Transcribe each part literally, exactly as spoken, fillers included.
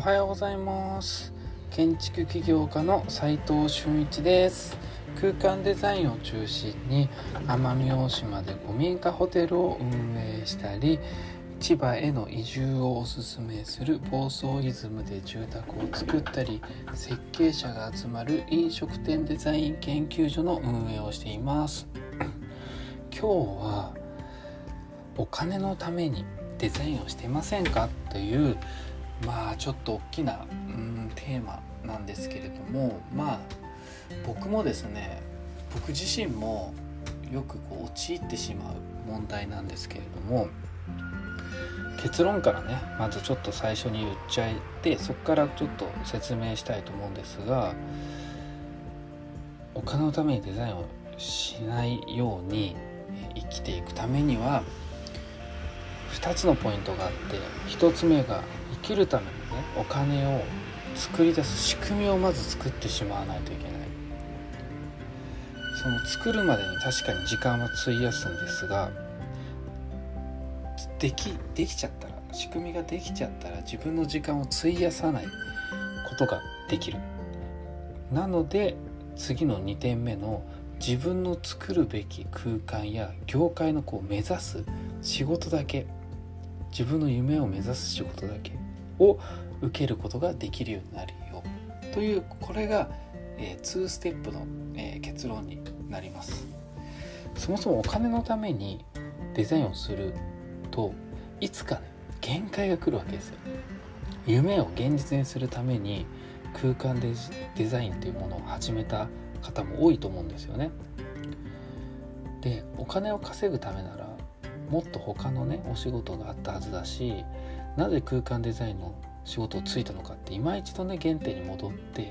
はようございます。建築起業家の斉藤俊一です。空間デザインを中心に奄美大島で古民家ホテルを運営したり、千葉への移住をおすすめする房総イズムで住宅を作ったり、設計者が集まる飲食店デザイン研究所の運営をしています。今日はお金のためにデザインをしていませんかというまあちょっと大きなうんテーマなんですけれども、まあ僕もですね僕自身もよくこう陥ってしまう問題なんですけれども、結論からねまずちょっと最初に言っちゃって、そこからちょっと説明したいと思うんですが、お金のためにデザインをしないように生きていくためにはふたつのポイントがあって、ひとつめが生きるためにねお金を作り出す仕組みをまず作ってしまわないといけない。その作るまでに確かに時間は費やすんですが、できできちゃったら仕組みができちゃったら自分の時間を費やさないことができる。なので次のにてんめの自分の作るべき空間や業界のこう目指す仕事だけ、自分の夢を目指す仕事だけを受けることができるようになるよという、これが、えー、にステップの、えー、結論になります。そもそもお金のためにデザインをするといつかね限界が来るわけですよ。夢を現実にするために空間デデザインというものを始めた方も多いと思うんですよね。で、お金を稼ぐためならもっと他のねお仕事があったはずだし、なぜ空間デザインの仕事をついたのかって今一度ね原点に戻って、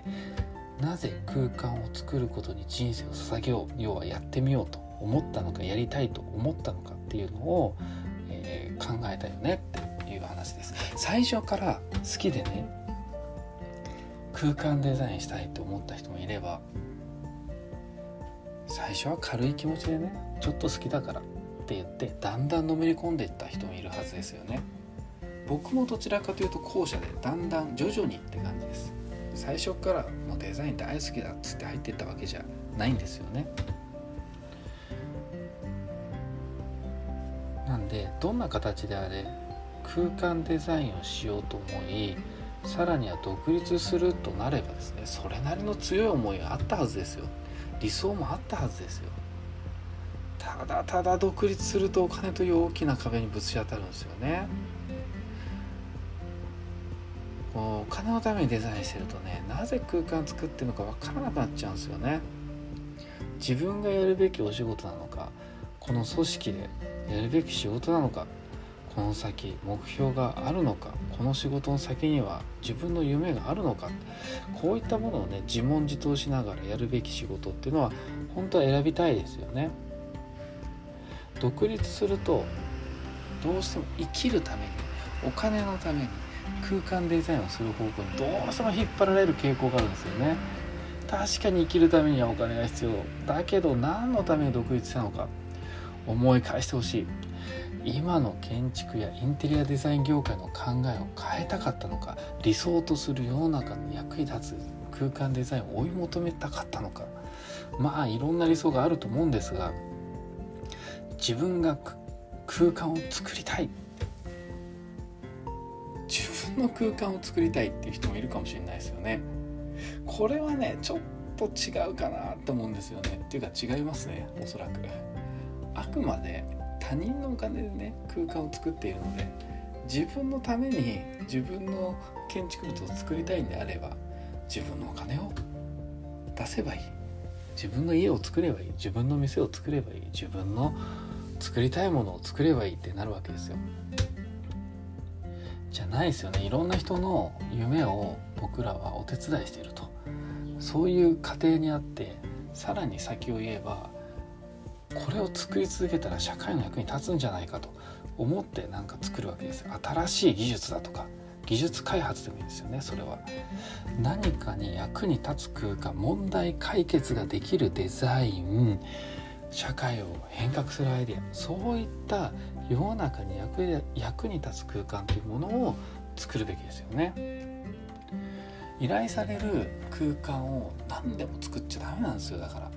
なぜ空間を作ることに人生を捧げよう、要はやってみようと思ったのか、やりたいと思ったのかっていうのを、えー、考えたよねっていう話です。最初から好きでね空間デザインしたいと思った人もいれば、最初は軽い気持ちでねちょっと好きだからって言ってだんだんのめり込んでいった人もいるはずですよね。僕もどちらかというと後者で、だんだん徐々にって感じです。最初からもうデザイン大好きだっつって入っていったわけじゃないんですよね。なんでどんな形であれ空間デザインをしようと思い、さらには独立するとなればですね、それなりの強い思いがあったはずですよ。理想もあったはずですよ。ただただ独立するとお金という大きな壁にぶち当たるんですよね。お金のためにデザインしてるとね、なぜ空間作ってるのか分からなくなっちゃうんですよね。自分がやるべきお仕事なのか、この組織でやるべき仕事なのか、この先目標があるのか、この仕事の先には自分の夢があるのか、こういったものをね自問自答しながらやるべき仕事っていうのは本当は選びたいですよね。独立するとどうしても生きるために、お金のために空間デザインをする方向にどうしても引っ張られる傾向があるんですよね。確かに生きるためにはお金が必要だけど、何のために独立したのか思い返してほしい。今の建築やインテリアデザイン業界の考えを変えたかったのか、理想とする世の中の役に立つ空間デザインを追い求めたかったのか、まあいろんな理想があると思うんですが、自分が空間を作りたい、自分の空間を作りたいっていう人もいるかもしれないですよね。これはねちょっと違うかなと思うんですよね。っていうか違いますね。おそらくあくまで他人のお金でね空間を作っているので、自分のために自分の建築物を作りたいんであれば自分のお金を出せばいい、自分の家を作ればいい、自分の店を作ればいい、自分の作りたいものを作ればいいってなるわけですよ。じゃないですよね。いろんな人の夢を僕らはお手伝いしていると、そういう過程にあって、さらに先を言えばこれを作り続けたら社会の役に立つんじゃないかと思ってなんか作るわけです。新しい技術だとか技術開発でもいいですよね。それは何かに役に立つ空間、問題解決ができるデザイン、社会を変革するアイデア、そういった世の中に役で役に立つ空間というものを作るべきですよね。依頼される空間を何でも作っちゃダメなんですよ。だから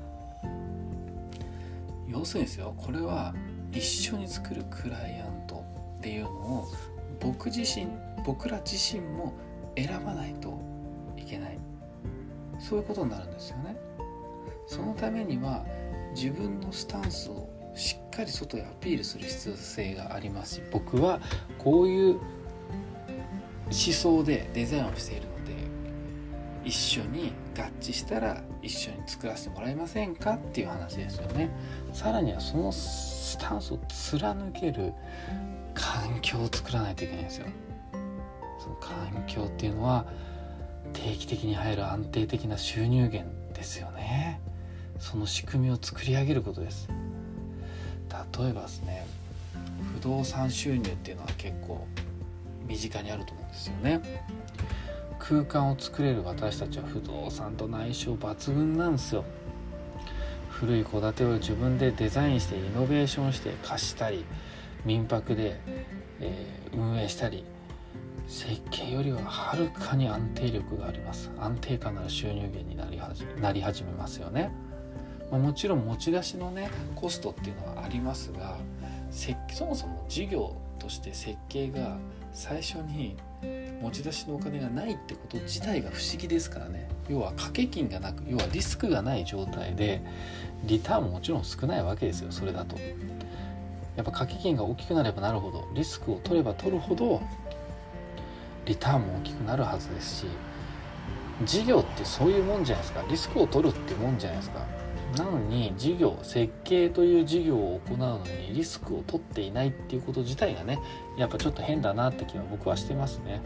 要するにですよ、これは一緒に作るクライアントっていうのを僕自身僕ら自身も選ばないといけない、そういうことになるんですよね。そのためには自分のスタンスをしっかり外へアピールする必要性がありますし、僕はこういう思想でデザインをしているので、一緒に合致したら一緒に作らせてもらえませんかっていう話ですよね。さらにはそのスタンスを貫ける環境を作らないといけないんですよ。その環境っていうのは定期的に入る安定的な収入源ですよね。その仕組みを作り上げることです。例えばですね、不動産収入っていうのは結構身近にあると思うんですよね。空間を作れる私たちは不動産との相性抜群なんですよ。古い戸建てを自分でデザインしてイノベーションして貸したり、民泊で、えー、運営したり、設計よりははるかに安定力があります。安定感のある収入源になり始め、なり始めますよね。まあ、もちろん持ち出しのねコストっていうのはありますが、そもそも事業として設計が最初に持ち出しのお金がないってこと自体が不思議ですからね。要は掛け金がなく、要はリスクがない状態でリターンももちろん少ないわけですよ。それだとやっぱ掛け金が大きくなればなるほど、リスクを取れば取るほどリターンも大きくなるはずですし、事業ってそういうもんじゃないですか。リスクを取るってもんじゃないですか。なのに事業、設計という事業を行うのにリスクを取っていないっていうこと自体がね、やっぱちょっと変だなって気は僕はしてますね。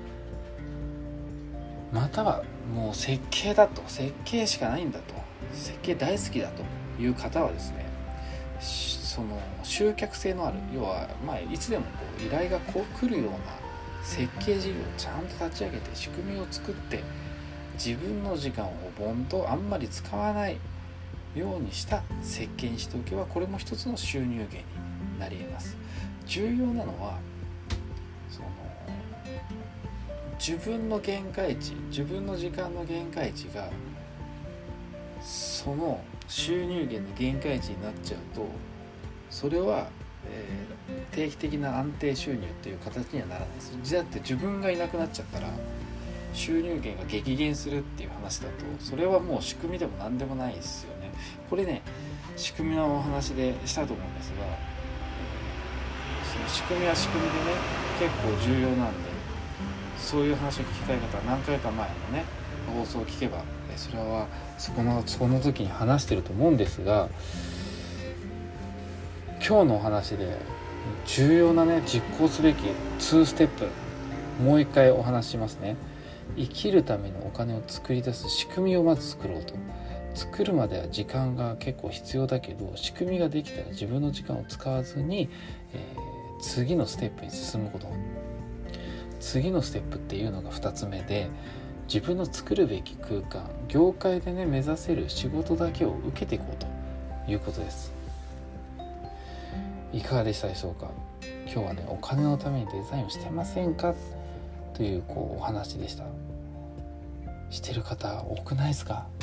またはもう設計だと、設計しかないんだと、設計大好きだという方はですね、その集客性のある、要はまあいつでもこう依頼がこう来るような設計事業をちゃんと立ち上げて仕組みを作って、自分の時間をボンとあんまり使わないようにした設計にしておけば、これも一つの収入源になり得ます。重要なのはその自分の限界値、自分の時間の限界値がその収入源の限界値になっちゃうと、それは、えー、定期的な安定収入という形にはならないです。だって自分がいなくなっちゃったら収入源が激減するっていう話だと、それはもう仕組みでも何でもないですよね。これね、仕組みのお話でしたと思うんですが、その仕組みは仕組みでね結構重要なんで、そういう話を聞きたい方は何回か前のね放送を聞けば、それはそこのその時に話してると思うんですが、今日のお話で重要なね実行すべきにステップ、もう一回お話ししますね。生きるためのお金を作り出す仕組みをまず作ろうと。作るまでは時間が結構必要だけど、仕組みができたら自分の時間を使わずに、えー、次のステップに進むこと。次のステップっていうのがふたつめで、自分の作るべき空間、業界でね目指せる仕事だけを受けていこうということです。いかがでしたでしょうか。今日はね、お金のためにデザインをしてませんかというこうお話でした。してる方多くないですか？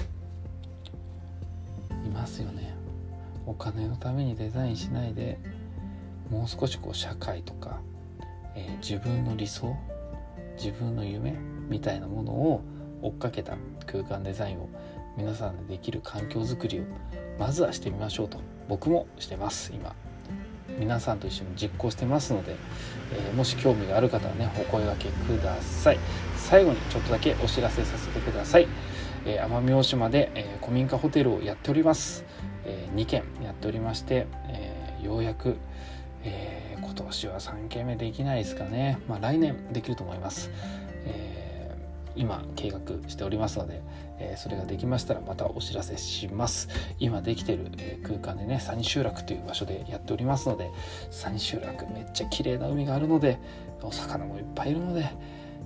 いますよね。お金のためにデザインしないで、もう少しこう社会とか、えー、自分の理想、自分の夢みたいなものを追っかけた空間デザインを皆さんでできる環境づくりをまずはしてみましょうと。僕もしてます。今皆さんと一緒に実行してますので、えー、もし興味がある方はねお声掛けください。最後にちょっとだけお知らせさせてください。えー、奄美大島で、えー、古民家ホテルをやっております。えー、にけんやっておりまして、えー、ようやく、えー、今年はさんけんめできないですかね。まあ来年できると思います。えー、今計画しておりますので、えー、それができましたらまたお知らせします。今できている、えー、空間でね、サニ集落という場所でやっておりますので、サニ集落めっちゃ綺麗な海があるので、お魚もいっぱいいるので、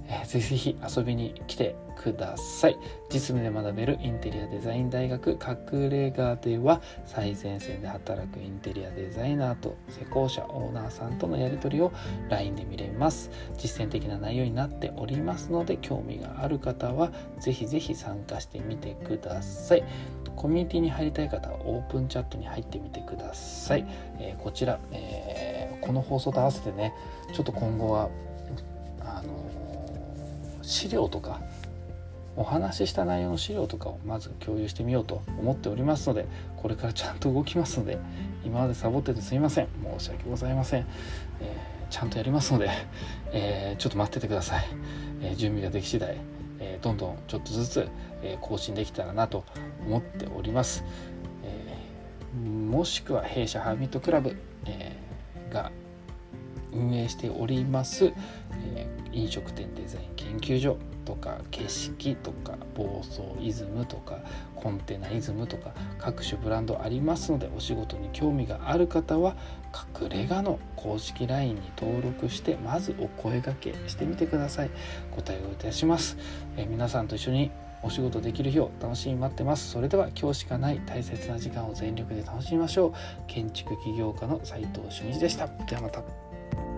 えー、ぜひぜひ遊びに来てください。実務で学べるインテリアデザイン大学隠れ家では、最前線で働くインテリアデザイナーと施工者オーナーさんとのやり取りを ライン で見れます。実践的な内容になっておりますので、興味がある方はぜひぜひ参加してみてください。コミュニティに入りたい方はオープンチャットに入ってみてください。えー、こちら、えー、この放送と合わせてね、ちょっと今後はあのー、資料とかお話しした内容の資料とかをまず共有してみようと思っておりますので、これからちゃんと動きますので、今までサボっててすいません、申し訳ございません。えー、ちゃんとやりますので、えー、ちょっと待っててください。えー、準備ができ次第、えー、どんどんちょっとずつ、えー、更新できたらなと思っております。えー、もしくは弊社ハーミットクラブ、えー、が運営しております、えー、飲食店デザイン研究所とか景色とか房総イズムとかコンテナイズムとか各種ブランドありますので、お仕事に興味がある方は隠れ家の公式 ライン に登録してまずお声掛けしてみてください。ご対応いたします。えー、皆さんと一緒にお仕事できる日を楽しみに待ってます。それでは今日しかない大切な時間を全力で楽しみましょう。建築起業家の斉藤俊一でした。ではまた。